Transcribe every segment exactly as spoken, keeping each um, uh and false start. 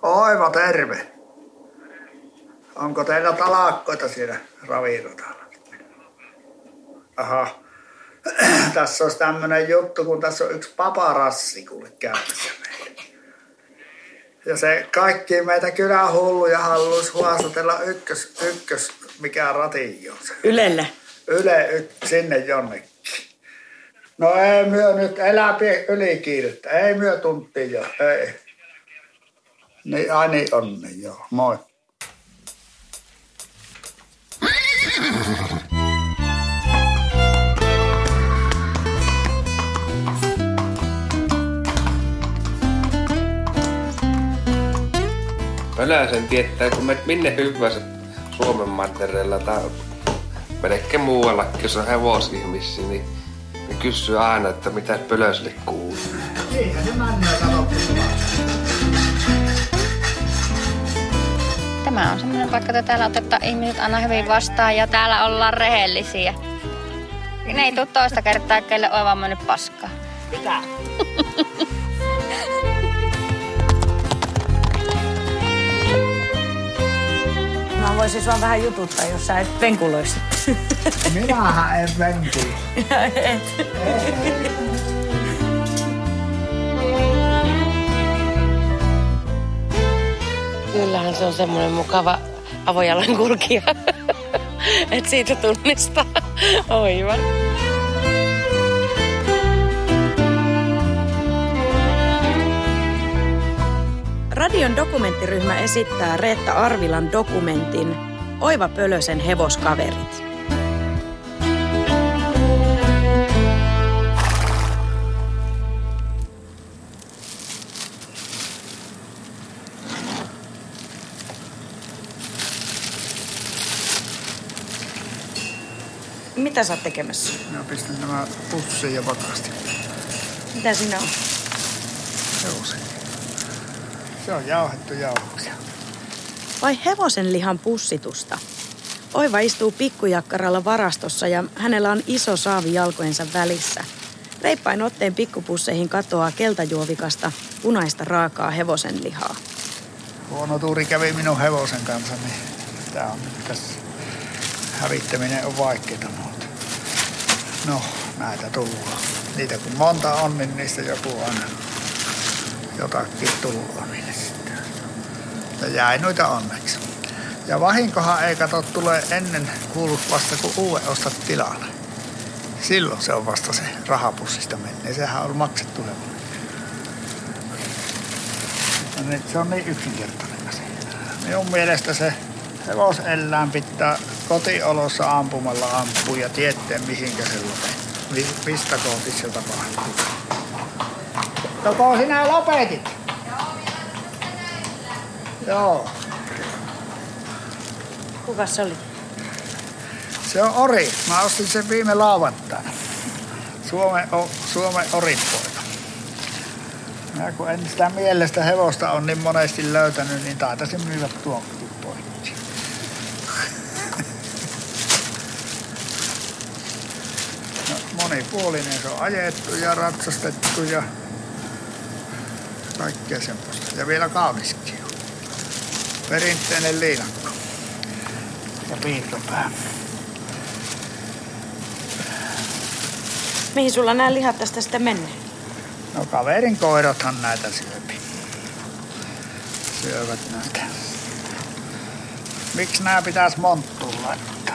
Oiva, terve. Onko teillä talakkoita siinä ravirotalla? Aha. Tässä olisi tämmönen juttu, kun tässä on yksi paparassi kuule käymässä meillä. Ja se kaikki meitä kylän hulluja haluaisi huostella ykkös, ykkös, mikä radio se. Ylelle? Yle, y, sinne jonnekin. No ei myö nyt, elää ylikiirettä. Ei myö tuntia jo, ei. Niin, ai niin on, niin joo. Moi. Pölösen tietää, kun menet minne hyvänsä Suomen mantereella tai melkein muuallakin, jos on hevosihmisiä, niin ne kysyy aina, että mitä Pölöselle kuuluu. Niinhän se männöä sanottu. Tämä on semmoinen paikka, että täällä otetaan ihmiset aina hyvin vastaan ja täällä ollaan rehellisiä. Ne ei tule toista kertaa, kelle on vaan mennyt paskaa. Mitä? Mä voisin sua vähän jututtaa, jos sä et venkuloisi. Minähän en venkuli. Et. Kyllähän se on semmoinen mukava avojalankulkija, että siitä tunnistaa. Oiva. Radion dokumenttiryhmä esittää Reetta Arvilan dokumentin Oiva Pölösen hevoskaverit. Mitä sä oot tekemässä? Mä pistän nämä pussiin ja pakasti. Mitä siinä on? Hevosen. Se on jauhettu jauhoksia. Vai hevosen lihan pussitusta? Oiva istuu pikkujakkaralla varastossa ja hänellä on iso saavi jalkojensa välissä. Reippain otteen pikkupusseihin katoaa keltajuovikasta punaista raakaa hevosen lihaa. Huono tuuri kävi minun hevosen kanssa, niin tää on nyt tässä. Hävittäminen on vaikeaa muuta. No, näitä tullaan. Niitä kun monta on, niin niistä joku aina jotakin tullaan. Niin sitten. Ja jäi noita onneksi. Ja vahinkohan ei kato tulee ennen kuulu vasta kun uuden ostat tilalle. Silloin se on vasta se rahapussista mennyt. Sehän on maksettu hevonen. Se on niin yksinkertainen asia. Minun mielestä se hevoseläin pitää kotiolossa ampumalla ampua ja tietää mihinkä se lopettaa. Mistä kohti se tapahtuu. Joko sinä lopetit? Joo. Kukas se oli? Se on ori. Mä ostin sen viime lauantaina. Suomen, Suomen oripoika. Mä kun en sitä mielestä hevosta on niin monesti löytänyt, niin taitaisin myydä tuonkin poikki. No, monipuolinen se on ajettu ja ratsastettu ja kaikkea semmoista. Ja vielä kauniskin on. Perinteinen liinakko. Ja piirtopää. Mihin sulla nämä lihat tästä sitten menee? No kaverin koirathan näitä syöpi. Syövät näitä. Miksi nämä pitäisi monttuun laittaa?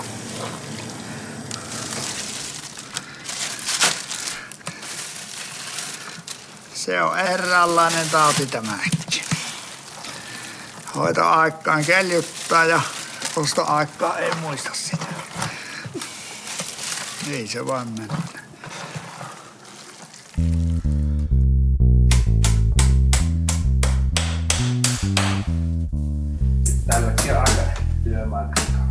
Se on eräänlainen tauti tämäkin. Hoitoaikaan keljuttaa ja ostoaikaan ei muista sitä. Ei se vaan mennä. Tälläkin on aika työmaan.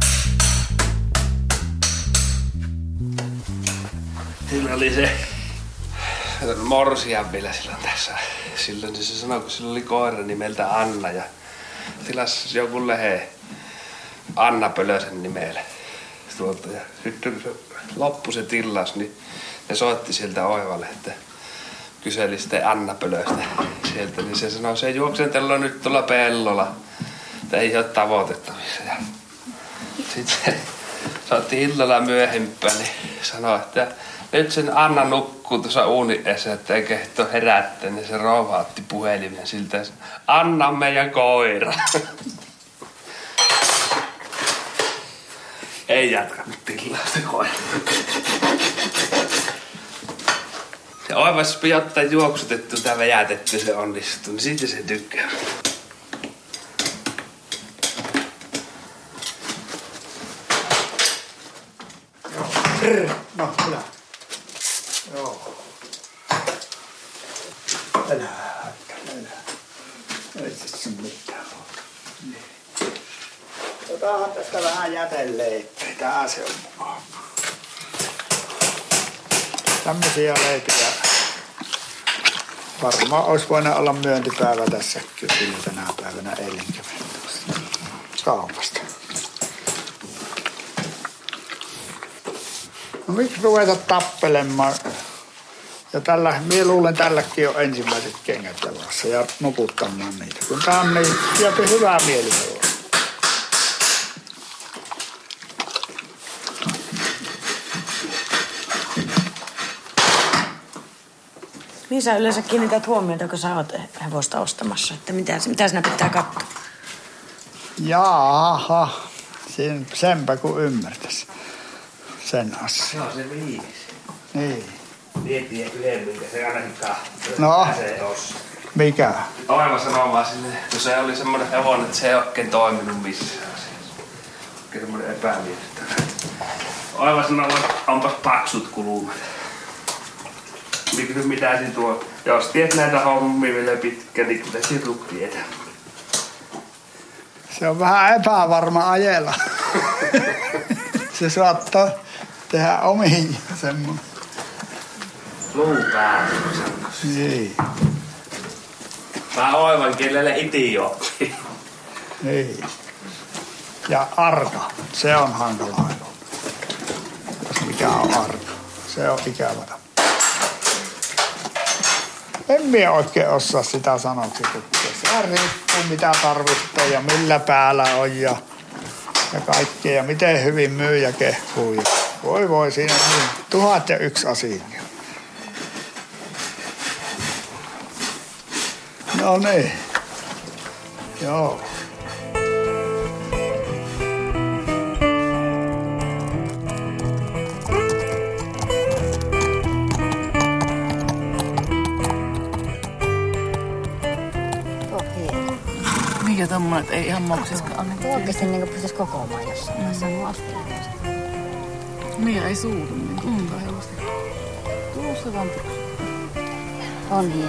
Sillä oli se morsian vielä silloin tässä. Silloin niin se sanoi, kun sillä oli koira nimeltä Anna ja tilasi joku lehe Anna Pölösen nimellä. Tuolta. Ja sitten kun se loppui se tilaus, niin ne soitti sieltä Oivalle, että kyseli sitten Anna Pölöstä sieltä, niin se sanoi, se juoksentellaan nyt tuolla pellolla. Että ei ole tavoitettavissa. Ja sitten saatiin illalla myöhempään, niin sanoi, että nyt sen Anna nukkuu tuossa uuniessa, että ei kehto herättää, niin se rouva otti puhelimen siltä. Anna meidän koira. Ei jatkanut tilausta koira. Se oivas jotta juoksutettu tai väjätetty se onnistuu, niin siitä se tykkää. No, hyvä. Joo. Älä hätkä, älä. Ei tässä mitään muuta. Niin. Otahan tästä vähän jäteleipiä. Tää se on mukaan. Tämmösiä leipiä. Varmaan olisi voinut olla myöntipäivä tässä kyllä tänä päivänä eilen kävin tuosta kaupasta. No miksi ruveta tappelemaan? Ja tällä, mie luulen tälläkin on ensimmäiset kengät jalassa ja nukuttamaan niitä. Kun tää on niin, sieltä hyvää mielipäällä. Niin sä yleensä kiinnität huomiota, kun sä oot hevosta ostamassa, että mitä, mitä sinä pitää katsoa? Jaaha, Siin, senpä kun ymmärtäisi sen asian. Se on se viisi. Niin. Vietiin yhden, minkä se ainakin kahtoo. No. Se ossa. Mikä? Aivan sanoo vaan silleen, kun se oli semmoinen hevonen, että se ei oikein toiminut missään asiassa. Oikein semmoinen epämiellyttävä. Aivan sanoo vaan, onpas paksut kulumat. Miksi mitä siinä tuo? Jos tiedät näitä hommia vielä pitkään, niin kyllä sinulle tietää. Se on vähän epävarma ajella. Se saattaa tehdä omiin semmoinen. Luu päällä. Niin. Mä oivan kielelle idiootti. Niin. Ja arka. Se on hankala ajoa. Jos mikä on arka. Se on ikävä. En minä oikein osaa sitä sanoksi, kun se riippuu mitä tarvitsee ja millä päällä on ja, ja kaikkea. Ja miten hyvin myy ja kehuu. Ja voi voi siinä niin. Tuhat ja yksi asia. No niin. Joo. Mikä tommonen, että ei ihan moksiskaan. Tuo oikeesti niinku pystyis kokoamaan jossain vaiheessa. Mun askelin. Niin, ei suutu niinku. Mm. Tuu se vaan pyksy. On hieno.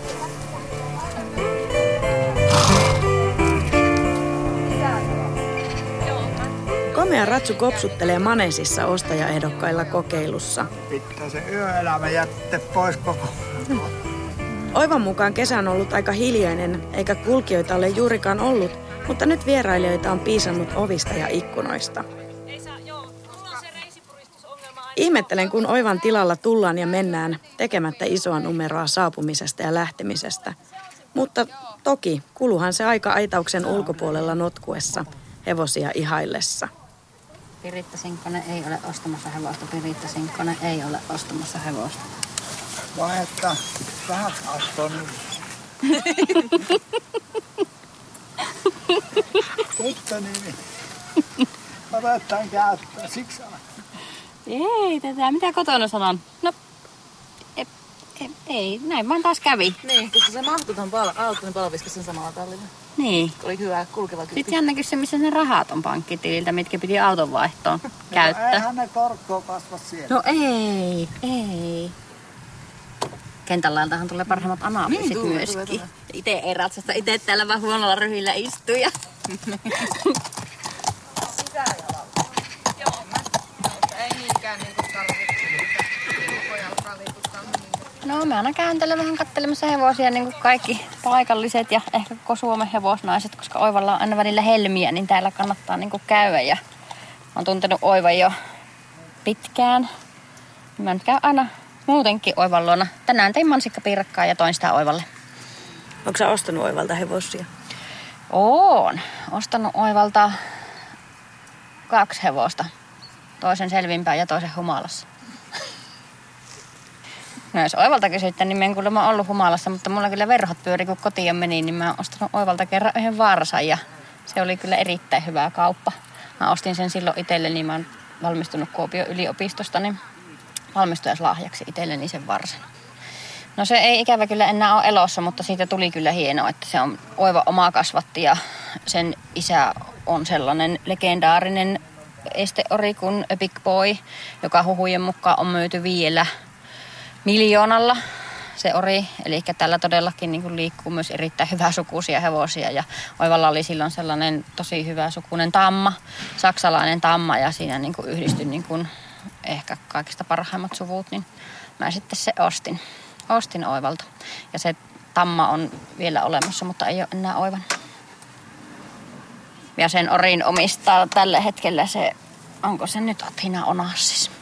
Komea ratsu kopsuttelee maneesissa ostajaehdokkailla kokeilussa. Pitää se yöelämä jättää pois koko. Oivan mukaan kesä on ollut aika hiljainen, eikä kulkijoita ole juurikaan ollut, mutta nyt vierailijoita on piisannut ovista ja ikkunoista. Ihmettelen, kun Oivan tilalla tullaan ja mennään tekemättä isoa numeroa saapumisesta ja lähtemisestä. Mutta toki kuluhan se aika aitauksen ulkopuolella notkuessa, hevosia ihaillessa. Piritta Sinkkonen ei ole ostamassa hevosta. Piritta Sinkkonen ei ole ostamassa hevosta. Vai että vähän aston. Totta niin. Otetaan käyttöön siksi. Ei tätä. Mitä kotona sanon? No, e, e, ei. Näin vaan taas kävi. Niin, koska se mahtui tuon pal- auton, niin palviskasi sen samalla tallilla. Niin. Oli hyvä kulkeva kyyti. Sitten Janne kysyi, missä ne rahat on pankkitililtä, mitkä piti auton vaihtoon käyttää. Eihän ne korkkoa kasva siellä. No ei, ei. Kentän lailtahan tulee parhaimmat analyysit Niin, tulee, myöskin. tulee, tulee. Itse ei ratsasta, itse täällä vaan huonolla ryhillä istuu. Ja... No mä aina kääntelen vähän kattelemassa hevosia niin kuin kaikki paikalliset ja ehkä koko Suomen hevosnaiset, koska Oivalla on aina välillä helmiä, niin täällä kannattaa niin kuin käydä. Ja olen tuntenut Oivan jo pitkään. Mä nyt käyn aina muutenkin Oivan luona. Tänään tein mansikkapiirakkaa ja toin sitä Oivalle. Onko sä ostanut Oivalta hevosia? Oon. Ostanut Oivalta kaksi hevosta. Toisen selvinpäin ja toisen humalassa. No jos Oivalta kysytte, niin mä en kuulemma ollut humalassa, mutta mulla kyllä verhot pyöri, kun kotiin meni, niin mä oon ostanut Oivalta kerran yhden varsan ja se oli kyllä erittäin hyvä kauppa. Mä ostin sen silloin itselleni, mä oon valmistunut Kuopion yliopistosta, niin valmistujaslahjaksi itselleni sen varsan. No se ei ikävä kyllä enää ole elossa, mutta siitä tuli kyllä hienoa, että se on oiva oma kasvatti ja sen isä on sellainen legendaarinen esteori kuin Big Boy, joka huhujen mukaan on myyty vielä miljoonalla se ori. Eli tällä todellakin niin kuin liikkuu myös erittäin hyväsukuisia hevosia ja Oivalla oli silloin sellainen tosi hyväsukuinen tamma, saksalainen tamma ja siinä niin kuin yhdistyi niin kuin ehkä kaikista parhaimmat suvut, niin mä sitten se ostin. Ostin Oivalta. Ja se tamma on vielä olemassa, mutta ei ole enää Oivan. Ja sen orin omistaa tällä hetkellä se, onko se nyt Athina Onassis.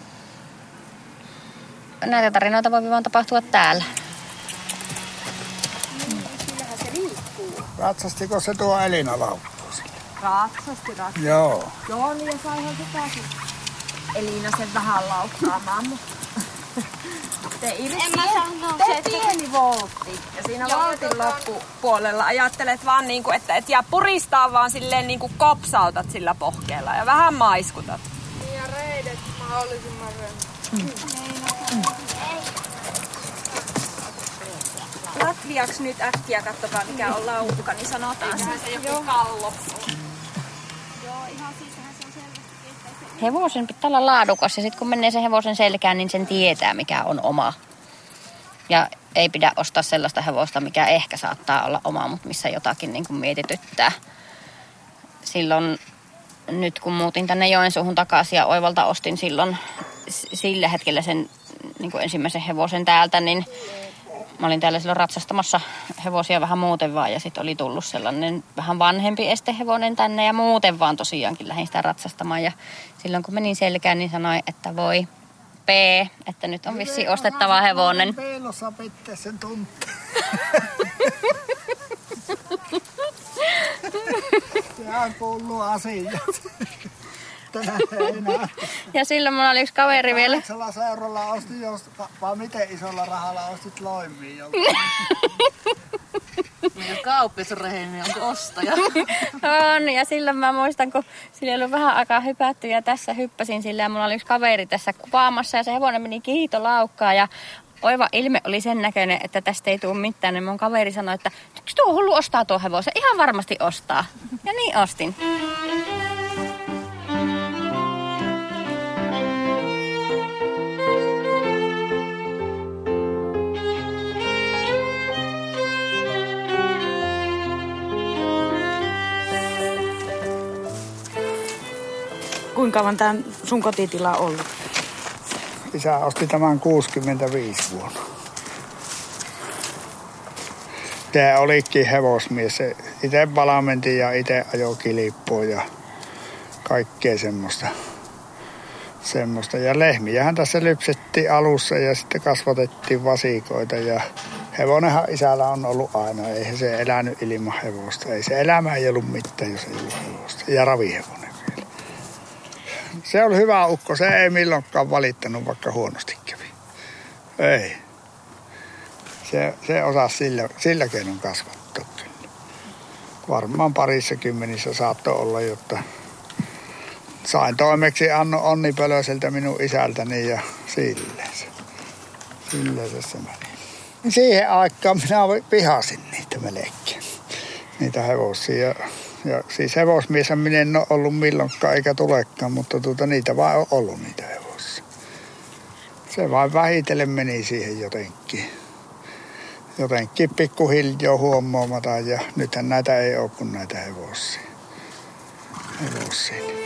Näitä tarinoita voi vaan tapahtua täällä. Sillähän se liikkuu. Ratsastiko se tuo Elina laukkuun sille? Ratsasti, ratsasti. Joo. Joo, niin ja saihan se pääsi Elina sen vähän laukkaamaan, mutta te Iris, en mä sano, se pieni voltti. Ja siinä voltin loppupuolella ajattelet vaan niinku, että et jää puristaa vaan silleen niinku kopsautat sillä pohkeella ja vähän maiskutat. Niin ja reidet mahdollisimman mm. mm. Latviaksi nyt äkkiä katsokaa mikä on laukka, niin sanotaan se. Se joku kallo. Joo, ihan sisään se on selvästi. Hevosen pitää olla laadukas ja sitten kun menee sen hevosen selkään, niin sen tietää mikä on oma. Ja ei pidä ostaa sellaista hevosta, mikä ehkä saattaa olla oma, mutta missä jotakin niin kuin mietityttää. Silloin nyt kun muutin tänne Joensuuhun takaisin ja Oivalta ostin silloin sillä hetkellä sen niin kuin ensimmäisen hevosen täältä, niin mä olin täällä silloin ratsastamassa hevosia vähän muuten vaan ja sitten oli tullut sellainen vähän vanhempi estehevonen tänne ja muuten vaan tosiaankin lähdin sitä ratsastamaan. Ja silloin kun menin selkään, niin sanoin, että voi P, että nyt on vissiin ostettava hevonen. Peilossa pitää sen tuntea. Sehän kuuluu asiat. Ja silloin mulla oli yksi kaveri vielä. Kahdeksalla seuralla ostin jos, vaan miten isolla rahalla ostit loimiin joltain? Niin kauppis on rehellinen, onko ostaja? On, ja silloin mä muistan, kun sillä oli vähän aikaa hypätty ja tässä hyppäsin sillä ja mulla oli yksi kaveri tässä kuvaamassa ja se hevonen meni kiitolaukkaan ja oiva ilme oli sen näköinen, että tästä ei tule mitään. Niin mun kaveri sanoi, että tuo hullu ostaa tuo hevosen, ihan varmasti ostaa. Ja niin ostin. Kuinka kauan tämä sun kotitila on ollut? Isä osti tämän kuusikymmentäviisi vuonna. Tämä olikin hevosmies. Itse valmentin ja itse ajoi kilippoa ja kaikkea semmoista. semmoista. Ja lehmiähän tässä lypsettiin alussa ja sitten kasvatettiin vasikoita. Ja hevonenhan isällä on ollut aina. Eihän se elänyt ilman hevosta. Ei se elämä ei ollut mitään, jos ei ollut hevosta. Ja ravihevonen. Se oli hyvä ukko. Se ei milloinkaan valittanut, vaikka huonosti kävi. Ei. Se, se osasi sillä, sillä keinon kasvattaa kyllä. Varmaan parissa kymmenissä saattoi olla, jotta sain toimeksi Anno Onni Pölöseltä minun isältäni ja silleen se. Silleen se, se meni. Siihen aikaan minä vihasin niitä melkein. Niitä hevosia. Ja siis hevosmieshän minä en ole ollut milloinkaan eikä tulekaan, mutta tuota, niitä vaan on ollut niitä hevosia. Se vain vähitellen meni siihen jotenkin. Jotenkin pikkuhiljaa huomaamata ja nythän näitä ei ole kuin näitä hevosia. Hevosia.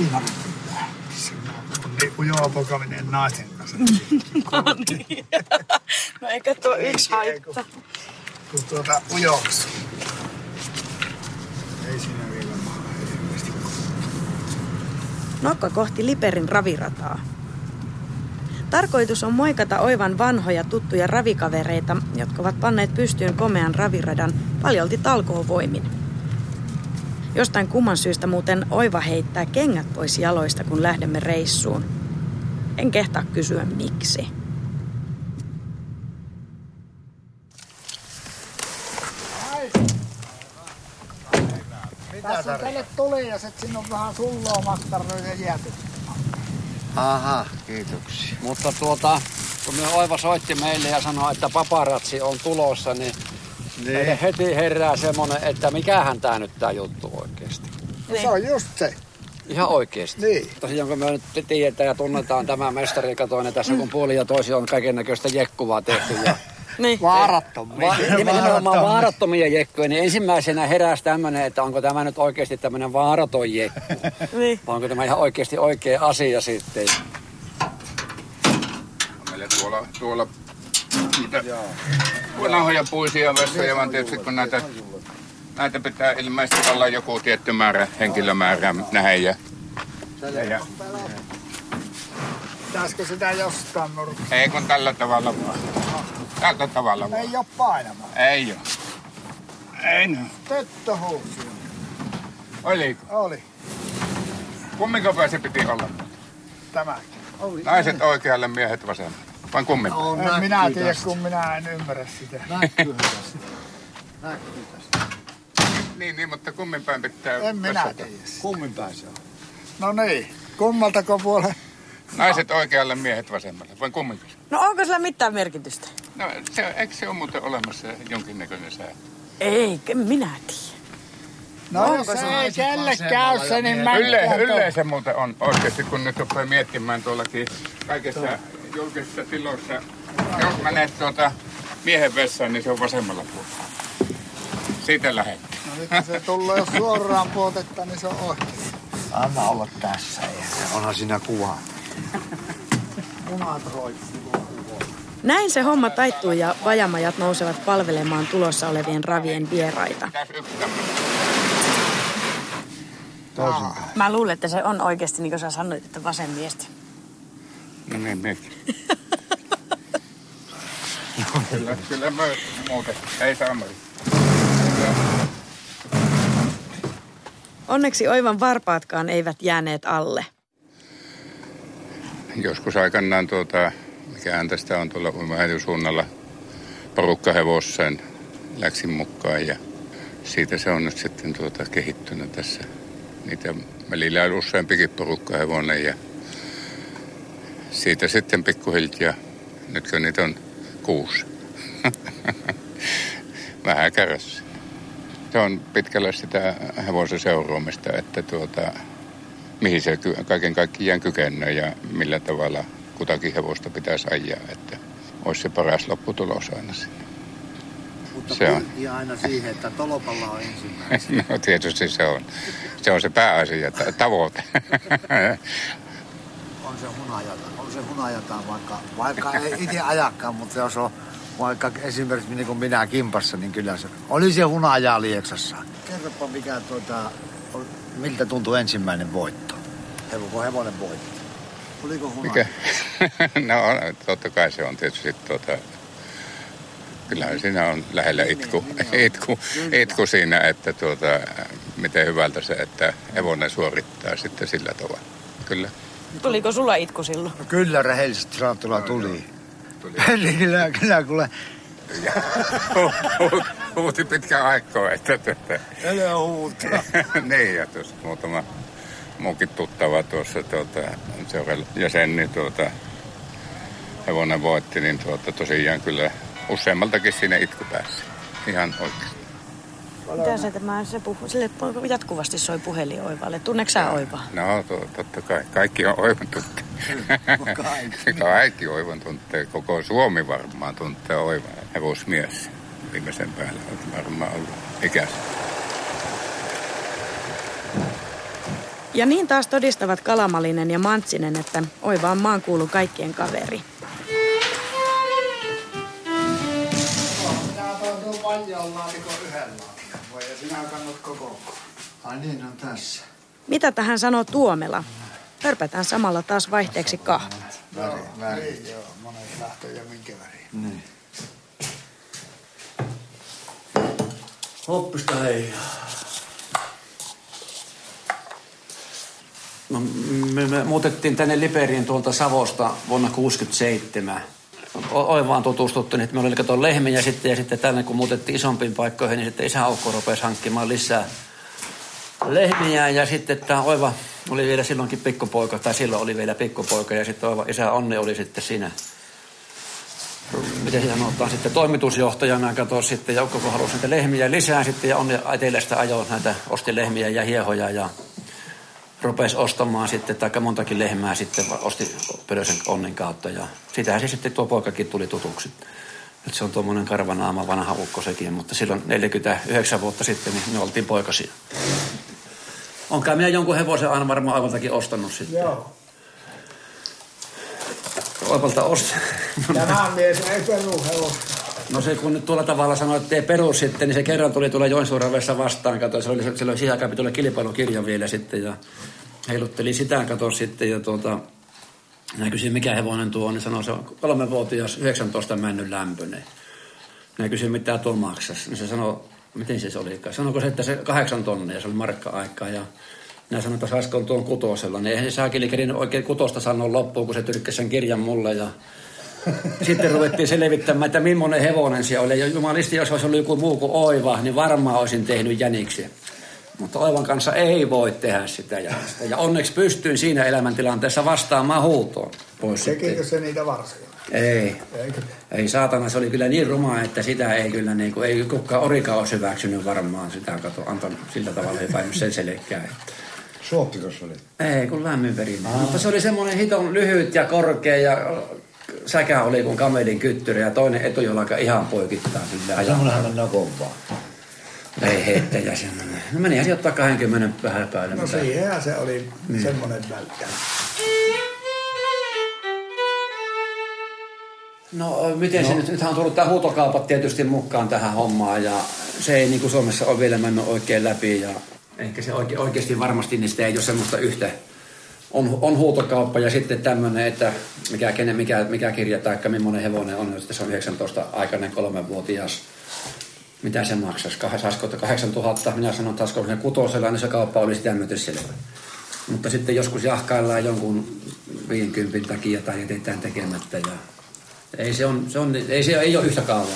ymmärrän kyllä. Siinä on niin ujoa pokaminen naisten kanssa. No niin. No eikä tuo yksi haittaa. Kun tuota ujoksi. Ei siinä vielä maha hirveästi. Nokka kohti Liperin ravirataa. Tarkoitus on moikata Oivan vanhoja tuttuja ravikavereita, jotka ovat panneet pystyyn komean raviradan paljolti talkoovoimin. Jostain kumman syystä muuten Oiva heittää kengät pois jaloista, kun lähdemme reissuun. En kehtaa kysyä miksi. Tässä on teille tuli ja sit siinä on vähän sulloa, makkaroita ja jääty. Aha, kiitoksia. Mutta tuota, kun me Oiva soitti meille ja sanoi, että paparatsi on tulossa, niin, niin. meille heti herää semmonen, että mikähän tää nyt tää juttu oikeesti. No se on just se. Ihan oikeesti. Niin. Tosiaan kun me nyt tiedetään ja tunnetaan tämä mestari katoinen tässä, kun puoli ja toisi on kaikennäköistä jekkuvaa tehty. Ja niin. Vaarattomia. Va- nimenomaan vaarattomia jekkuja, niin ensimmäisenä heräsi tämmönen, että onko tämä nyt oikeasti tämmönen vaaraton jekku. Niin. Vai onko tämä ihan oikeasti oikea asia sitten. Meillä tuolla, tuolla niitä vanhoja puisia vessoja, vaan tietysti kun näitä, näitä pitää ilmeisesti olla joku tietty määrä, henkilömäärä nähdä. Ja, ja, Pitäisikö sitä jostain nurkasta? ei kun tällä tavalla vaan. Tällä tavalla vaan. Ei oo painamaan. Ei oo. Ei no. Töttöhuusia. Oliko? Oli. Kumminko päin se piti olla? Tämäkin. Oli. Naiset oikealle, miehet vasemmalle. Vai kummin? On, en minä tiedä, kun minä en ymmärrä sitä. Näkyy tästä. Näkyy tästä. Niin, niin, mutta kummin päin pitää... En minä vessata? tiedä. Kummin päin se on? No niin. Kummaltako puolen? Naiset oikealle, miehet vasemmalle. Vai kumminko? No onko sillä mitään merkitystä? No, se, eikö se ole muuten olemassa jonkinnäköinen sääntö? Ei, minä tiedä. No Onko jos se ei kelle käy se, niin mä Yle, yleensä muuten on oikeasti, kun nyt rupeaa miettimään tuollakin kaikessa julkisissa tiloissa. Jos menet tuota miehen vessaan, niin se on vasemmalla puolella. Siitä lähdetään. No nyt kun se tulee jos suoraan puotetta, niin se on oikein. Anna olla tässä. Onhan siinä kuva. Munat roikkuu. Näin se homma taittuu ja vajamajat nousevat palvelemaan tulossa olevien ravien vieraita. Tässä yksi tämmöinen. Mä luulen, että se on oikeasti niin kuin sä sanoit, että vasen miesti. No niin, mietin. kyllä, kyllä mä muuten. Ei saamari. Onneksi Oivan varpaatkaan eivät jääneet alle. Joskus aikanaan tuota, mikähän tästä on tuolla Uimaharjun porukkahevosseen läksin mukaan ja siitä se on nyt sitten tuota kehittynyt tässä. Niitä välillä on useampikin porukkahevonen ja siitä sitten pikkuhiljaa, nytkö niitä on kuusi. Vähän kärässä. Se on pitkälle sitä hevosen seuraamista, että tuota, mihin se kaiken kaikkiaan kykenee ja millä tavalla kutakin hevosta pitäisi ajaa, että olisi se paras lopputulos aina sinne. Mutta se on aina siihen, että tolopalla on ensimmäisenä. No tietysti se on. Se on se pääasia, tavoite. On se hunajata. On se hunajata, vaikka, vaikka ei itse ajakaan, mutta jos on vaikka esimerkiksi niin kuin minä kimpassa, niin kyllä se oli se hunajaa Lieksassa. Kerropa mikä tuota, miltä tuntui ensimmäinen voitto? Hevo, hevonen voitto. Oliko hunajaa? No totta kai se on tietysti tuota... Kyllähän siinä on lähellä itku, itku, itku siinä, että tuota, miten hyvältä se, että hevonen suorittaa sitten sillä tavalla. Kyllä. Tuliko sulla itku silloin? No kyllä rehellisesti sanottuna tuli. tuli. kyllä, kyllä kuule. Huuti pitkään aikaa, että... että Älä huuta. Niin, ja tuossa muutama muukin tuttava tuossa tuota, seuran jäsen, niin tuota, hevonen voitti, niin tuota, tosiaan kyllä... Useammaltakin siinä itku päässä. Ihan oikein. Mitä se tämä, se puhuu, sille jatkuvasti soi puhelin Oivalle. Tunneeko sä Oivaa? No to, totta kai. Kaikki on Oivan tuntee. Kaikki. Kaikki Oivan tuntee. Koko Suomi varmaan tuntee Oivan. Hevosmies viimeisen päällä on varmaan ollut ikänsä. Ja niin taas todistavat Kalamalinen ja Mantsinen, että Oiva on maankuulu kaikkien kaveri. Minä otan tuon vanjan laatikon yhden laatikon. Voi, ja sinä kannat koko. Ai niin, on tässä. Mitä tähän sanoo Tuomela? Hörpätään samalla taas vaihteeksi kahvit. Väri, väri. Niin, joo, monet lähtee ja minkä väriin. Niin. Hoppista hei. No, me, me muutettiin tänne Liperiin tuolta Savosta vuonna kuusikymmentäseitsemän. Oivaan tutustuttu, niin me oli kato lehmiä sitten ja sitten tänne kun muutettiin isompiin paikkoihin, niin sitten isä Aukko rupesi hankkimaan lisää lehmiä ja sitten tämä Oiva oli vielä silloinkin pikkupoika, tai silloin oli vielä pikkupoika ja sitten Oiva isä Onni oli sitten siinä, miten sanotaan, sitten toimitusjohtajana kato sitten ja Ukko kun halusi näitä lehmiä lisää sitten ja Onni etelästä ajoi näitä, osti lehmiä ja hiehoja ja rupesi ostamaan sitten, tai montakin lehmää sitten osti Pölösen Onnen kautta ja sitähän se sitten tuo poikakin tuli tutuksi. Nyt se on tuommoinen karvanaama vanha ukko sekin, mutta silloin neljäkymmentäyhdeksän vuotta sitten niin me oltiin poikasia. Onkaan minä jonkun hevosen aina varmaan Oivaltakin ostanut sitten. Joo. Oivalta osti. Tämä mies ei peru hevosta. No se kun nyt tuolla tavalla sanoi, että ei peru sitten, niin se kerran tuli tuolla Joensuuravessa vastaan. Kato, se oli silloin siihen aikaan tuolla kilpailukirja vielä sitten ja heilutteli sitä kato sitten ja tuota... Minä kysyin, mikä hevonen tuo on, niin sanoi, se on kolmevuotias, yhdeksäntoista männyn lämpöinen. Minä kysyin, mitä tuo maksasi. Niin se sanoi, miten se olikaan. Sanoiko se, että se kahdeksan tonnia, se oli markka-aikaa. Ja minä sanoin, että saisiko tuon kutosella. Niin eihän se saakeli kerinyt oikein kutosta sanoa loppuun, kun se tyrkkäsi sen kirjan mulle. Ja sitten ruvettiin selvittämään, että millainen hevonen siellä oli. Ja jumalisti, jos olisi ollut joku muu kuin Oiva, niin varmaan olisin tehnyt jäniksiä. Mutta Oivan kanssa ei voi tehdä sitä jäljestä. Ja onneksi pystyin siinä elämäntilanteessa vastaamaan huutoon. Tekikö se niitä varsoja? Ei. Eikö? Ei saatana, se oli kyllä niin ruma, että sitä ei kyllä niin kuin, ei kukaan orikaan olisi hyväksynyt varmaan sitä, kato, antanut sillä tavalla hypäinyt sen selkään. Suottiko se oli? Ei, kun lämmin perin. Mutta se oli semmoinen hiton lyhyt ja korkea ja säkä oli kuin kamelin kyttyri ja toinen etujalka ihan poikittaa sillä ajalla. Semmoinenhan mennään kovaa. Ei heittäjä semmoinen. No meni se ottaa kaksikymmentä vähän päälle. No siihenhän se oli niin. Semmoinen välttämä. No miten no. se nyt, nythän on tullut tämä huutokaupat tietysti mukaan tähän hommaan ja se ei niin kuin Suomessa ole vielä mennyt oikein läpi ja ehkä se oike, oikeasti varmasti niin sitä ei ole semmoista yhtä. On, on huutokauppa ja sitten tämmöinen, että mikä, kenen, mikä, mikä kirja tai millainen hevonen on, että se on yhdeksäntoista aikainen kolmevuotias. Mitä se maksaisi? Saisiko kahdeksantuhatta? Minä sanon taas, kun se kutosella, niin se kauppa oli sitä myöten selvä. Mutta sitten joskus jahkaillaan jonkun viidenkympin takia tai jätetään tekemättä. Ja ei se, on, se, on, ei, se ei ole yhtä kaavaa.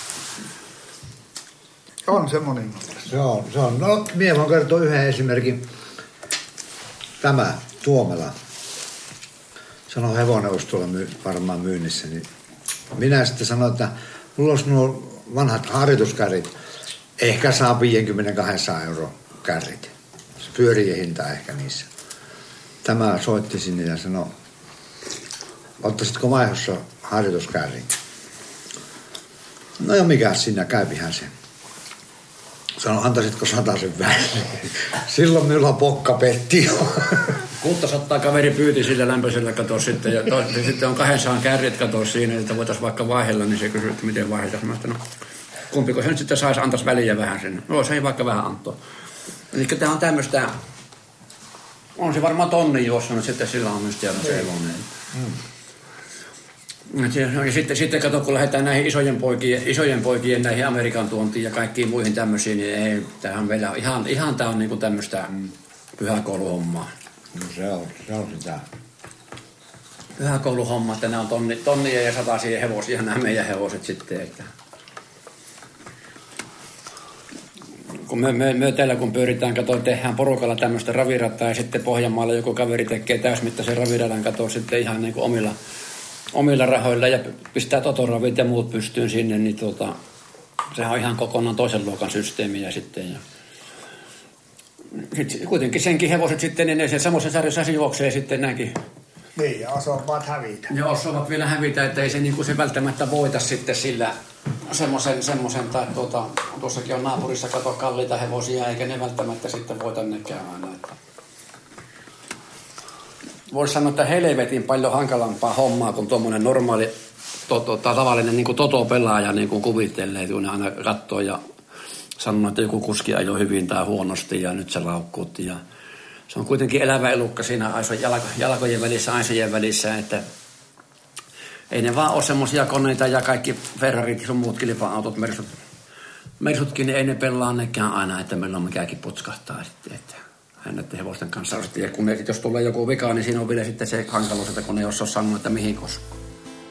On se monin. Se on, se on. No, minä voin kertoa yhden esimerkin. Tämä Tuomela sanoi hevonen olisi tuolla myy, varmaan myynnissä. Niin minä sitten sanoin, että mulla olisi nuo vanhat harjoituskärrit. Ehkä saa viisikymmentäkahdeksan euro kärrit. Se pyörien hinta ehkä niissä. Tämä soitti sinne ja sanoi, ottaisitko vaihossa harjoituskärrin? No ja mikä siinä, käypihän sen. Sano, antaisitko sataisen väliin? Silloin minulla on pokka petti jo. kuusisataa kaveri pyyti sillä lämpöisellä katoa sitten. Ja to, sitten on kahdeksan kärrit katoa siinä, että voitaisiin vaikka vaihella, niin se kysyy, että miten vaihdetaan. Mä sanoin, no, kumpiko se nyt sitten saisi, antaisi väliä vähän sinne. No se ei vaikka vähän antaa. Eli tämä on tämmöistä, on se varmaan tonni juossut, sitten sillä on myös tiedon se hevonen. Hmm. Ja sitten, sitten kato, kun lähdetään näihin isojen poikien, isojen poikien näihin Amerikan tuontiin ja kaikkiin muihin tämmöisiin, niin ei, tämähän meillä ihan, ihan tämä on niinku tämmöistä pyhäkouluhommaa. No se on, se on sitä. Pyhäkouluhomma, että nämä on tonni, tonnia ja sataisia hevosia, nämä meidän hevoset sitten. Että. Kun me, me, me täällä kun pyöritään, kato, tehdään porukalla tämmöistä ravirataa ja sitten Pohjanmaalla joku kaveri tekee täysmittaisen raviradan, kato sitten ihan niin kuin omilla omilla rahoilla ja pistää totoravit ja muut pystyyn sinne, niin tuota, sehän on ihan kokonaan toisen luokan systeemiä sitten. Ja sitten kuitenkin senkin hevoset sitten, niin ne sen samoisen sarjassa juoksee sitten näinkin. Niin, ja osaavat hävitä. Ja osaavat vielä hävitä, että ei se, niin kuin se välttämättä voita sitten sillä semmoisen, semmoisen tai tuota, tuossakin on naapurissa kato kalliita hevosia, eikä ne välttämättä sitten voita nekään aina. Että voisi sanoa, että helvetin paljon hankalampaa hommaa kuin tuommoinen normaali, to, to, tavallinen niin kuin Toto-pelaaja niin kuin kuvittelee, kun ne aina katsoo ja sanoo, että joku kuski ajoi hyvin tai huonosti ja nyt se laukkuutti. Ja se on kuitenkin elävä elukka siinä jalko, jalkojen välissä, aisojen välissä, että ei ne vaan ole semmoisia koneita ja kaikki Ferrarit sun muut kilpa-autot, mersut, mersutkin, niin ei ne pelaa nekään aina, että meillä on mikäänkin putskahtaa. Että, että näiden hevosten kanssa on sitten, ja kun ne, jos tulee joku vika, niin siinä on vielä sitten se hankaluus, että kun ne ei osaa sanoa, että mihin koskee.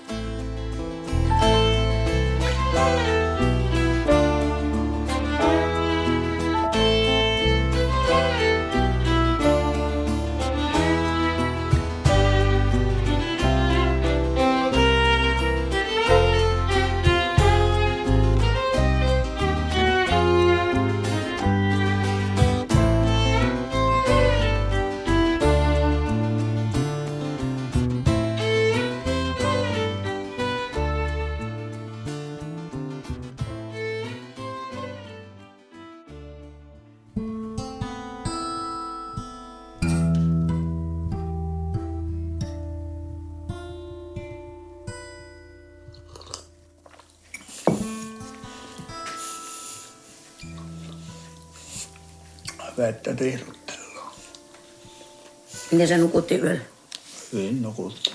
Vettä tihruttelua. Miten se nukutti yöllä? Hyvin nukutti.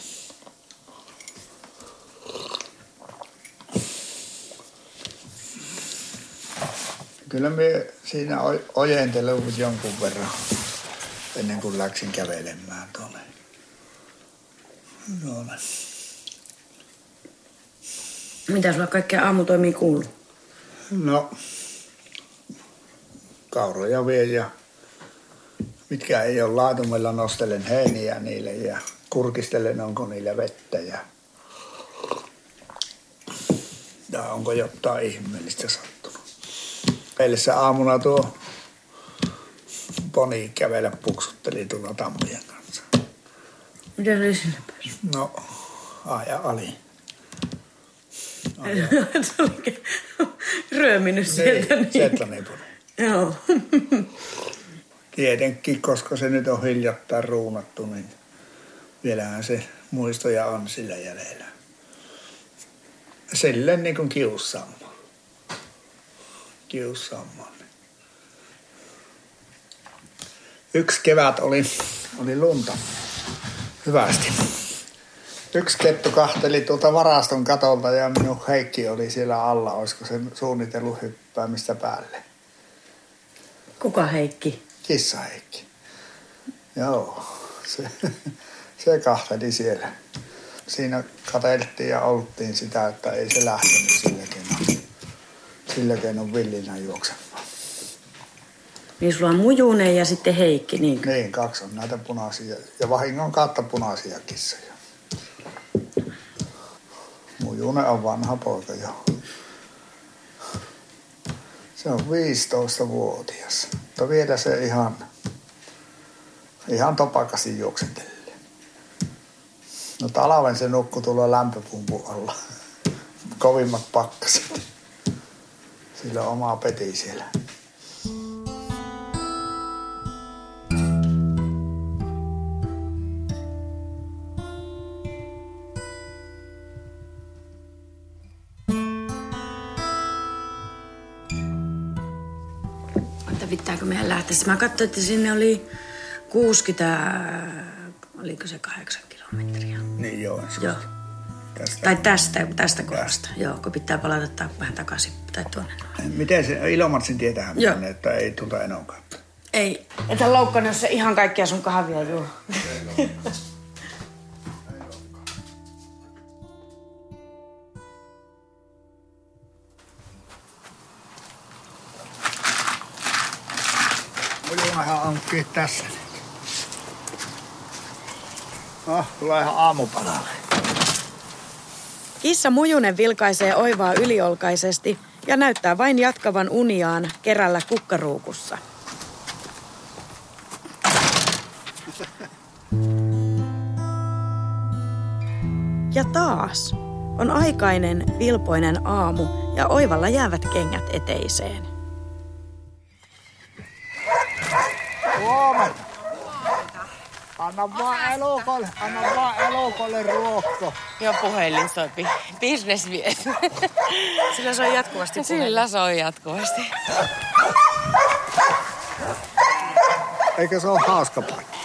Kyllä minä siinä ojentelin jonkun verran ennen kuin läksin kävelemään tuonne. tuonne. Mitä sulla kaikkea aamutoimia kuuluu? No, kauroja vie ja mitkä ei ole laatumella, nostelen heiniä niille ja kurkistelen, onko niillä vettä ja, ja onko jotain ihmeellistä sattunut. Eilessä aamuna tuo poni kävellä puksutteli tuolla tammojen kanssa. Mitä se oli sinne päässyt? No, aja ali. Se oli ryöminyt sieltä. Niin, Setlanipuni. Joo. Tietenkin, koska se nyt on hiljattain ruunattu, niin vielähän se muistoja on sillä jäljellä. Silleen niin kuin kiusaamma. Kiusaamma. Yksi kevät oli, oli lunta hyvästi. Yksi kettu kahteli tuolta varaston katolta ja minun Heikki oli siellä alla. Olisiko se suunnitellut hyppäämistä päälle? Kuka Heikki? Kissa Heikki. Joo, se, se kahteli siellä. Siinä katseltiin ja oltiin sitä, että ei se lähtenyt sillä keinoin, sillä keinoin villinä juoksemaan. Niin sulla on Mujunen ja sitten Heikki, niin? Niin, kaksi on näitä punaisia ja vahingon kautta punaisia kissoja. Mujunen on vanha poika jo. Se on viisitoistavuotias, mutta vielä se ihan, ihan topakasti juoksentelee. No talven se nukkui tuolla lämpöpumpun alla. Kovimmat pakkaset. Sillä on oma peti siellä. Pitääkö meidän lähteä? Mä katsoin, että sinne oli kuusikymmentä, oliko se kahdeksan kilometriä? Niin joo. Joo. Tästä. Tai tästä, tästä kohdasta. Joo, kun pitää palata vähän takaisin tai tuonne. Miten se Ilomatsin tietähän mennä, että ei tulta enonkaan? Ei. Että loukkaan, jos se ihan kaikkia sun kahvia juo. Mujunahan onkin tässä. No, tulee ihan aamupalalle. Kissa Mujunen vilkaisee oivaa yliolkaisesti ja näyttää vain jatkavan uniaan kerällä kukkaruukussa. Ja taas on aikainen, vilpoinen aamu ja oivalla jäävät kengät eteiseen. Huomenta. Anna vaan elukolle, anna vaan elukolle ruokko. Joo, puhelin sopi. Businessmies. Sillä soi jatkuvasti puhelin. Sillä soi jatkuvasti. Eikö se ole hauska paikka?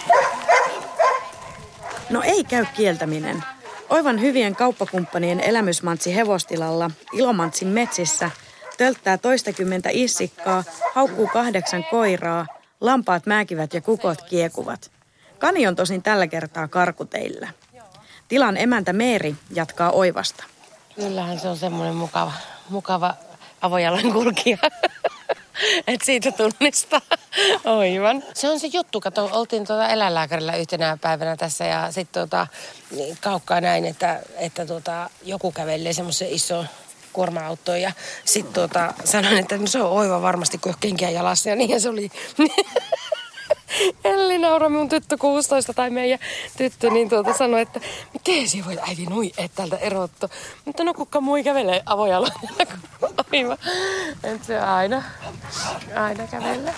No ei käy kieltäminen. Oivan hyvien kauppakumppanien elämysmantsi hevostilalla Ilomantsin metsissä tölttää toistakymmentä issikkaa, haukkuu kahdeksan koiraa, lampaat määkivät ja kukot kiekuvat. Kani on tosin tällä kertaa karkuteillä. Tilan emäntä Meeri jatkaa Oivasta. Kyllähän se on semmoinen mukava, mukava avojalan kulkija. Että siitä tunnistaa Oivan. Se on se juttu, kato, oltiin tuota eläinlääkärillä yhtenä päivänä tässä ja sitten tuota, niin kaukkaa näin, että, että tuota, joku kävelee semmoisen iso kuorma-autoon ja sitten tuota, sanoin, että no se on Oiva varmasti, kun ei ole kenkiä jalassa ja niin se oli. Elli naura, mun tyttö kuusitoista tai meidän tyttö, niin tuota sanoi, että miten sinä voit äiti nui, et täältä erottua. Mutta no kukka mui kävelee avojaloilla kuin Oiva. Et se aina, aina kävelee.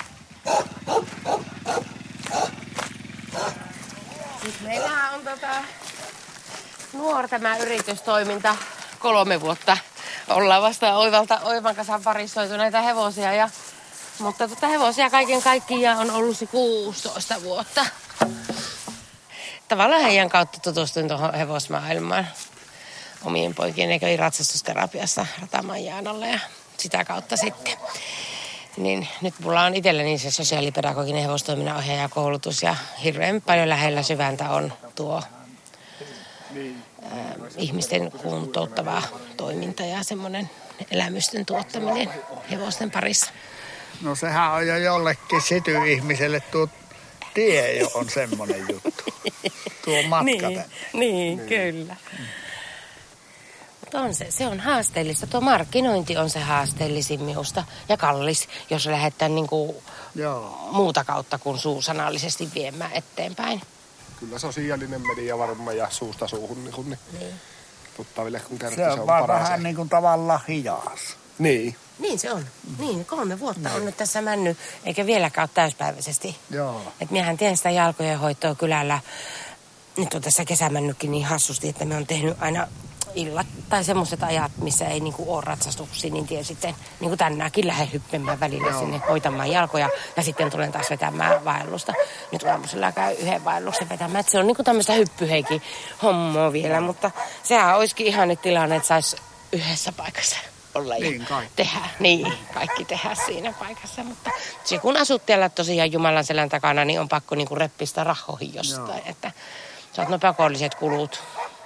Sitten meillähän on tota nuor tämä yritystoiminta kolme vuotta. Ollaan vasta Oivalta, Oivan kanssa parissoitu näitä hevosia ja mutta tota hevosia kaiken kaikkiaan on ollut se kuusitoista vuotta. Tavallaan heidän kautta tutustuin tuohon hevosmaailmaan. Omien poikien eikä ratsastusterapiassa Rataman Jaanalla ja sitä kautta sitten. Niin nyt mulla on itselläni se sosiaalipedagoginen hevostoiminnan ohjaajakoulutus ja hirveän paljon lähellä syväntä on tuo ää, ihmisten kuntouttava toiminta ja semmoinen elämysten tuottaminen hevosten parissa. No sehän on jo jollekin sity-ihmiselle tuo tie jo on semmoinen juttu. Tuo matka niin, tänne. Niin, niin, kyllä. Mm. Mutta on se, se on haasteellista. Tuo markkinointi on se haasteellisin minusta ja kallis, jos lähdetään niinku muuta kautta kuin suusanallisesti viemään eteenpäin. Kyllä sosiaalinen media varmaan ja suusta suuhun niin, niin. niin. tuttaville kun kertoo, se on, se on vaan paras. Vähän niin kuin tavallaan hijaas. Niin. Niin se on. Niin, kolme vuotta no. on nyt tässä mennyt, eikä vieläkään ole täyspäiväisesti. Joo. Et miehän teen sitä jalkojen hoitoa kylällä. Nyt on tässä kesä mennytkin niin hassusti, että me on tehnyt aina illat tai semmoiset ajat, missä ei niinku ole ratsastuksia, niin tien sitten niin kuin tänäänkin lähden hyppimään välillä Joo. sinne hoitamaan jalkoja ja sitten tulen taas vetämään vaellusta. Nyt aamusella käy yhden vaelluksen vetämään. Et se on niinku tämmöistä hyppyheikin hommaa vielä, mutta sehän olisikin ihan tilanne, että saisi yhdessä paikassa olla ja niin, tehdä. Niin, kaikki tehdä siinä paikassa. Mutta se kun asut täällä tosiaan Jumalan selän takana, niin on pakko niinku reppistä rahoihin jostain, Joo. että saat nuo pakolliset kulut.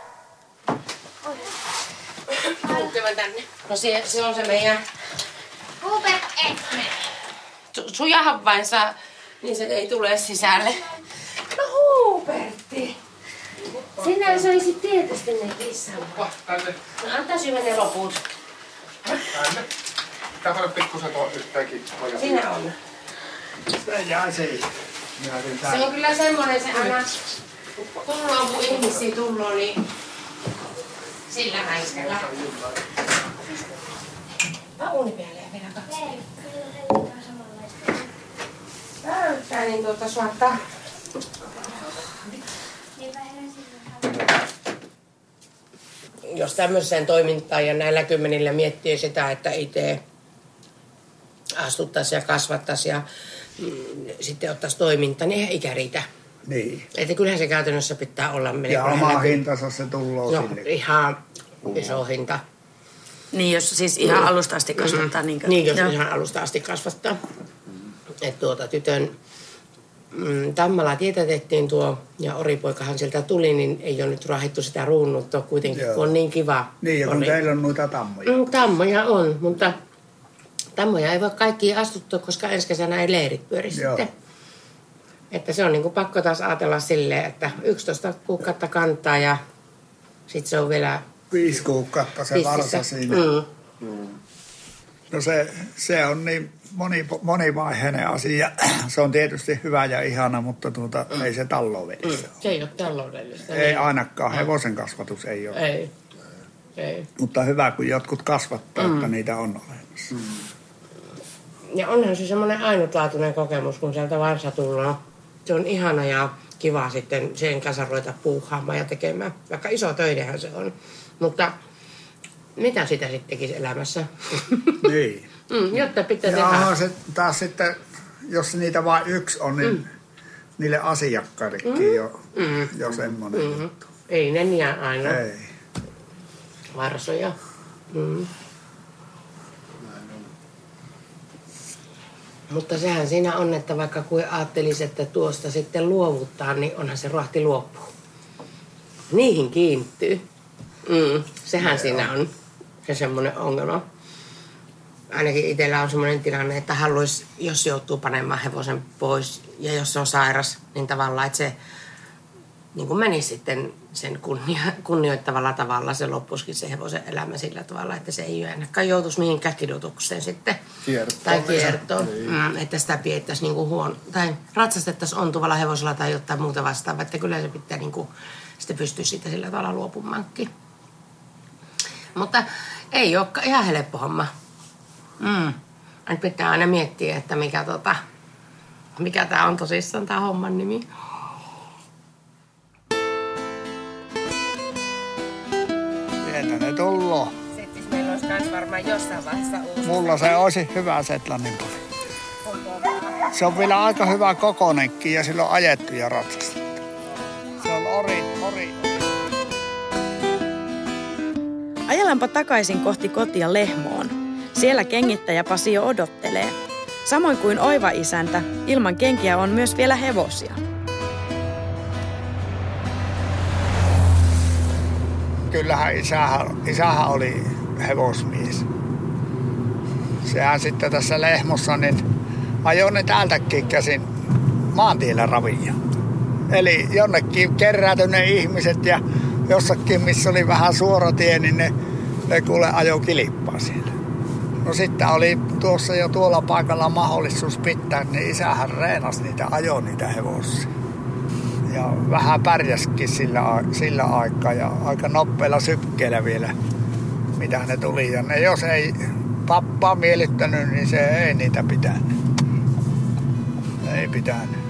Tänne. No se, se on se meidän Hubert Ekman. Sujahan vain saa, niin se ei tule sisälle. No Hubertti. Sinä söisit tietysti ne kissan. No antaa syödä ne loput. Tänne. Pitää saada pikkusen tuon yhteenkin. Sinä on. Se jää siihen. Se on kyllä semmoinen, se aina tullaan kun ihmisiä tulloo, niin sillä häiskellä. Mä uuni päälle ja vielä kaksi. Näyttää niin tuota suottaa. Jos tämmöiseen toimintaan ja näillä kymmenillä miettii sitä, että itse astuttaisiin ja kasvattaisiin ja mm, sitten ottaisiin toimintaa, niin eihän ikä riitä. Niin. Että kyllähän se käytännössä pitää olla. Ja oma hintansa se tulloo no, sinne. Ihan iso hinta. Niin, jos siis ihan mm. alusta asti kasvattaa. Mm. Niin, niin, jos Joo. ihan alusta asti kasvattaa. Mm. Että tuota tytön mm, Tammala tietätettiin tuo, ja oripoikahan sieltä tuli, niin ei ole nyt raahittu sitä ruunnuttua kuitenkin, Joo. kun on niin kiva. Niin, ja kun ori. Teillä on noita tammoja. Mm, tammoja on, mutta tammoja ei voi kaikkiin astuttua, koska ensi kesänä ei leirit pyöri sitten. Että se on niin kuin pakko taas ajatella silleen, että yksitoista kuukautta kantaa ja sitten se on vielä Viisi kuukautta se varsa siinä. Mm. Mm. No se, se on niin moni, monivaiheinen asia. Se on tietysti hyvä ja ihana, mutta tuota, mm. ei se taloudellista. Mm. Se ei ole taloudellista. Ei niin. Ainakaan. Hevosen kasvatus ei ole. Ei. ei. Mutta hyvä, kun jotkut kasvattaa, mm. että niitä on olemassa. Mm. Ja onhan se semmoinen ainutlaatuinen kokemus, kun sieltä varsa tullaan. Se on ihana ja kiva sitten sen kanssa ruveta puuhaamaan ja tekemään. Vaikka iso töidenhän se on. Mutta mitä sitä sitten tekisi elämässä? Niin. mm, jotta pitää ja tehdä. Se taas sitten, jos niitä vain yksi on, niin mm. niille asiakkaillekin mm. jo, mm. jo semmoinen mm. juttu. Ei ne niin aina. Ei. Varsoja. Mm. Mutta sehän siinä on, että vaikka kuin ajattelisi, että tuosta sitten luovuttaa, niin onhan se rohti luopua. Niihin kiinnittyy. Mm, sehän no, siinä on se semmoinen ongelma. Ainakin itsellä on semmoinen tilanne, että haluaisi, jos joutuu panemaan hevosen pois ja jos se on sairas, niin tavallaan, että se niin kuin menisi sitten sen kunnio, kunnioittavalla tavalla se loppuisikin se hevosen elämä sillä tavalla, että se ei ainakaan joutuisi mihinkään kidutukseen sitten. Kiertoon. Tai kiertoon. Mm, että sitä piettäisi niin kuin huono, tai ratsastettaisiin ontuvalla hevosella tai jotain muuta vastaavaa, että kyllä se pitää niin kuin, sitten pystyä siitä sillä tavalla luopumaankin. Mutta ei ole ihan helppo homma. Mm. Nyt pitää aina miettiä, että mikä, tota, mikä tää on tosissaan tää homman nimi. Sieltä ne tulloo. Sitten meillä olisi kans varmaan jossain vaiheessa uusi. Mulla se olisi hyvä Setlannin pari. Se on vielä aika hyvä kokonenkin ja sillä on ajettu ja ratsastettu. Se on ori, ori. Ajellaanpa takaisin kohti kotia Lehmoon. Siellä kengittäjä Pasi jo odottelee. Samoin kuin Oiva isäntä, ilman kenkiä on myös vielä hevosia. Kyllähän isähän, isähän oli hevosmies. Sehän sitten tässä Lehmossa niin ajoi ne täältäkin käsin maantiellä ravia. Eli jonnekin kerätyi ne ihmiset ja jossakin, missä oli vähän suora tie, niin ne, ne kuule ajoi kilppaa siellä. No sitten oli tuossa jo tuolla paikalla mahdollisuus pitää, niin isähän reenasi niitä, ajoi niitä hevosia. Ja vähän pärjäskin sillä, sillä aikaa ja aika nopeilla sykkeillä vielä, mitä ne tuli. Ja ne, jos ei pappaa miellyttänyt, niin se ei niitä pitänyt. Ei pitänyt.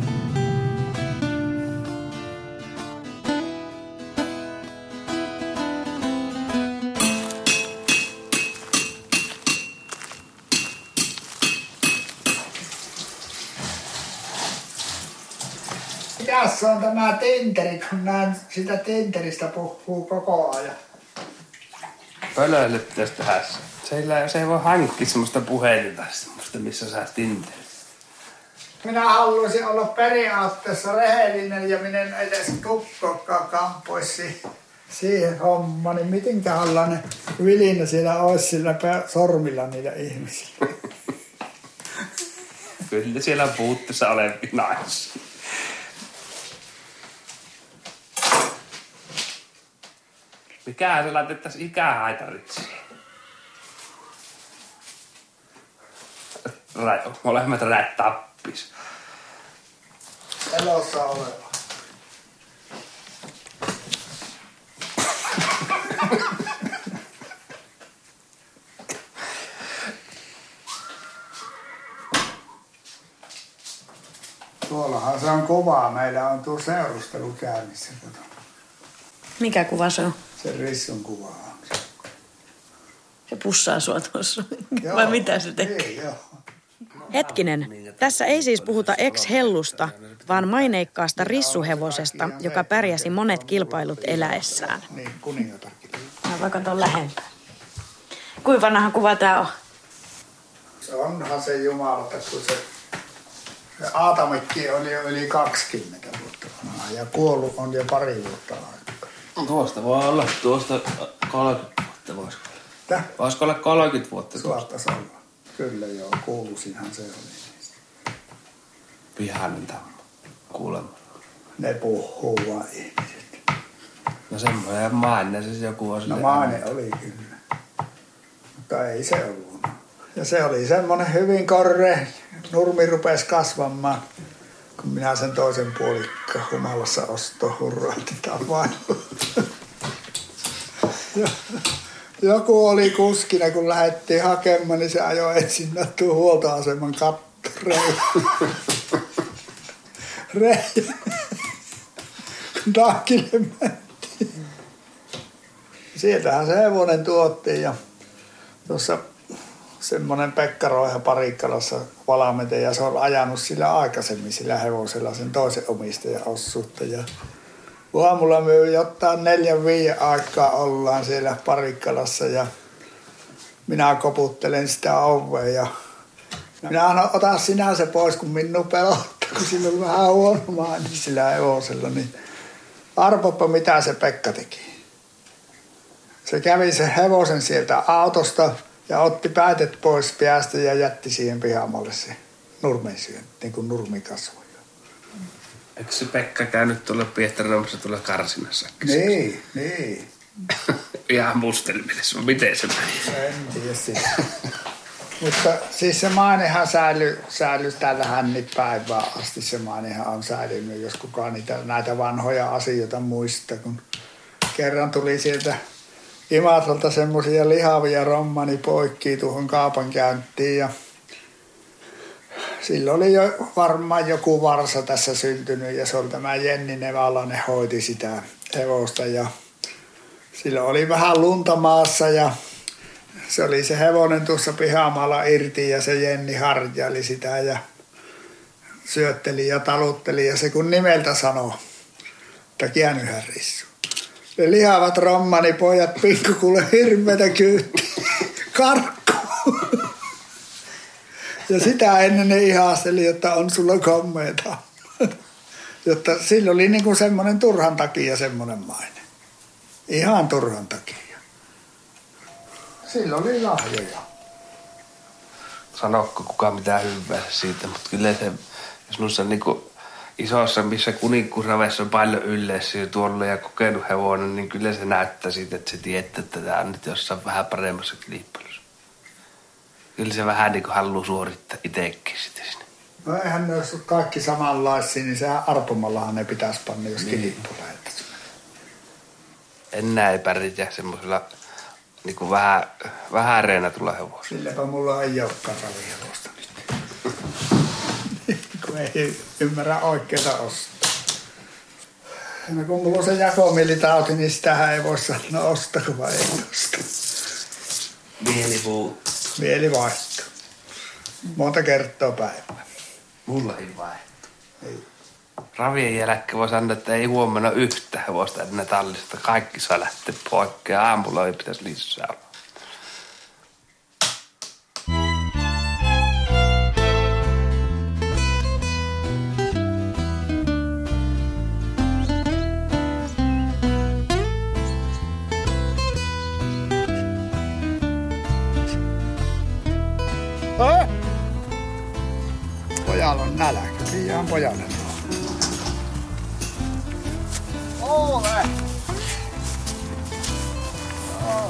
Mikäs on tämä tinteri, kun näen sitä tinteristä puhuu koko ajan? Pölöille pitäisi tehdä se. Se ei, se ei voi hankkia semmoista puhelinta, semmoista, missä sä tinterit. Minä haluaisin olla periaatteessa rehellinen ja minä en edes tukkokaan kampoisi siihen hommaan. Niin mitenkäänlainen vilinä siellä olisi sillä sormilla niillä ihmisillä. Kyllä siellä puutteessa olevi naisia. Mikähän se laitettaisiin ikähaitarit siihen? Molemmat räät tappis. Elossa oleva. Tuollahan se on kuvaa. Meillä on tuo seurustelu käynnissä. Mikä kuva se on? Se Rissun kuva on. Se pussaa sua tuossa. Vai mitä se tekee? Ei, joo. Hetkinen, tässä ei siis puhuta ex-hellusta, vaan maineikkaasta rissuhevosesta, joka pärjäsi monet kilpailut eläessään. Niin, kuningatarkin. Mä vaan katon lähempää. Kuinka vanha kuva tää on? Se onhan se jumalata, kun se, se Aatamikki oli jo yli kaksikymmentä vuotta vanha ja kuollut on jo pari vuotta aikaa. Tuosta voi olla, tuosta kolmekymmentä vuotta voisiko olla. Täh? Voisiko olla kolmekymmentä vuotta tuosta? Suottaisi olla. Kyllä joo, kuuluisinhan se oli. Vihainen tamma, kuulemma. Ne puhuu vaan ihmiset. No semmoinen maine siis joku on. No maine oli kyllä. Mutta ei se ollut. Ja se oli semmoinen hyvin korre. Nurmi rupesi kasvamaan, kun minä sen toisen puolikka humalassa ostoon hurraatetaan vain. Joku oli kuskina, kun lähdettiin hakemaan, niin se ajoi ensin tuon huoltoaseman kattoreille. Nakille mentiin. Sieltähän se hevonen tuottiin ja tuossa semmoinen Pekka Roiha Parikkalassa valmentaja ja se on ajanut sillä aikaisemmin sillä hevosella sen toisen omistajan osuutta. Ja aamulla me jotain neljän viiden aikaa ollaan siellä Parikkalassa ja minä koputtelen sitä ovea ja minä annan, ota sinä se pois, kun minua pelottaa, kun sillä on vähän huono maini sillä hevosella. Niin arvoppa, mitä se Pekka teki. Se kävi sen hevosen sieltä autosta ja otti päätet pois päästä ja jätti siihen pihamalle se nurmensyön, niin kuin nurmikasvoja. Eikö se Pekka käynyt tuolla Piehtarinamassa tuolla karsinassa? Niin, niin. Ihan mustelmillessä, miten se meni? En tiedä siitä. Mutta siis se mainehan säilyi, säilyi tällähän päivään asti. Se mainehan on säilynyt, jos kukaan niitä, näitä vanhoja asioita muistaa. Kun kerran tuli sieltä Imatralta semmoisia lihavia rommani poikkii tuohon kaupankäyntiin. Ja silloin oli jo varmaan joku varsa tässä syntynyt ja se oli tämä Jenni Nevalainen hoiti sitä hevosta. Ja silloin oli vähän lunta maassa ja se oli se hevonen tuossa pihamaalla irti ja se Jenni harjaili sitä ja syötteli ja talutteli. Ja se kun nimeltä sanoi, että Kiänyhän Rissu. Ne lihavat rommani pojat pinkku kuule hirveätä kyyttiä. Karkku. Ja sitä ennen ne ihasteli, että on sulla kommeita. Jotta sillä oli niinku semmoinen turhan takia semmoinen maine. Ihan turhan takia. Sillä oli lahjoja. Sanoiko kukaan mitään hyvää siitä, mutta kyllä se, jos noissa niinku isossa, missä kuninkuusravessa on paljon yleisiä tuolla ja kokenut hevonen, niin kyllä se näyttää siitä, että se tietää, että tämä on nyt jossain vähän paremmassa kilpailussa. Kyllä se vähän niin kuin haluaa suorittaa itsekin sitä sinne. No eihän ne olisi kaikki samanlaisia, niin sehän arpomallahan ne pitäisi panna, jos niin kilippu lähettäisi. Enää ei pärjää semmoisella niin kuin vähän, vähän reenatulla hevosella. Silläpä mulla ei olekaan ravihevosta nyt. Kun ei ymmärrä oikeita ostaa. No kun mulla on se jakomielitauti, niin sitähän ei voi sanoa ostako vai ei osta. Mieli muuttuu. Mieli vaihtuu. Monta kertaa päivää. Mulla ei vaihtuu. Ei. Ravien jälkeen voi sanoa, että ei huomenna yhtä hevosta enää tallista. Kaikki saa lähteä poikkeen. Aamulla ei pitäisi lisää olla. Hä? Pojalla on nälkä. Ihan pojalle. Ole! Oh.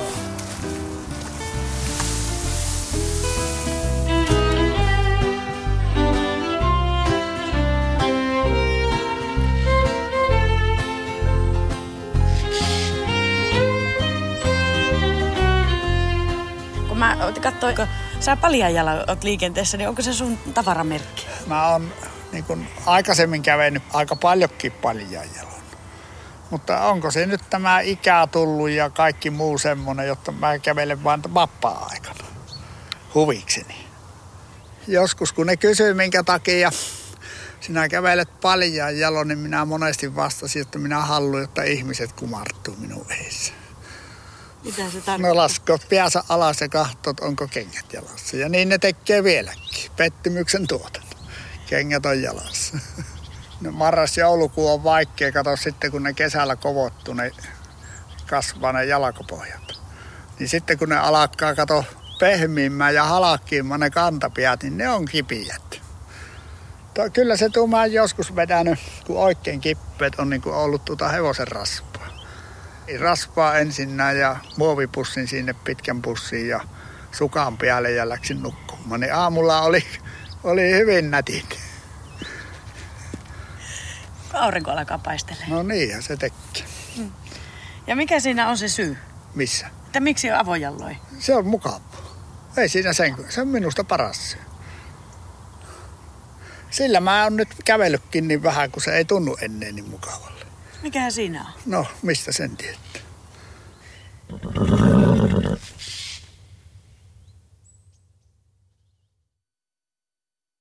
Kun mä katsoin, kun sä paljan jalalla oot liikenteessä, niin onko se sun tavaramerkki? Mä oon niin kun aikaisemmin kävennyt aika paljonkin paljan jaloin. Mutta onko se nyt tämä ikä tullut ja kaikki muu semmoinen, jotta mä kävelen vain vapaa-aikana huvikseni. Joskus kun ne kysyy minkä takia sinä kävelet paljan jaloin, niin minä monesti vastasin, että minä haluan, jotta ihmiset kumartuu minun edessä. Mitä se tarkoittaa? No laskot päänsä alas ja kahtot, onko kengät jalassa. Ja niin ne tekee vieläkin. Pettymyksen tuotanto. Kengät on jalassa. No marras-joulukuu on vaikea. Kato sitten, kun ne kesällä kovottuu, ne kasvaa ne jalkopohjat. Niin sitten kun ne alkaa kato pehmiimmään ja halakkiimmaan ne kantapiät, niin ne on kipiät. To, kyllä se tuumaan joskus vetänyt, kun oikein kippeet on niin kuin ollut tuota hevosen rasvaa. Rasvaa ensinnä ja muovipussin sinne pitkän pussiin ja sukan päälle ja läksin nukkumaan. Niin aamulla oli, oli hyvin nätit. Aurinko alkaa paistelemaan. No niinhän se teki. Mm. Ja mikä siinä on se syy? Missä? Että miksi on avojalloi? Se on mukava. Ei siinä sen, se on minusta paras syy. Sillä mä oon nyt kävellytkin niin vähän, kun se ei tunnu ennen niin mukavalle. Mikähän siinä on? No, mistä sen tiedät?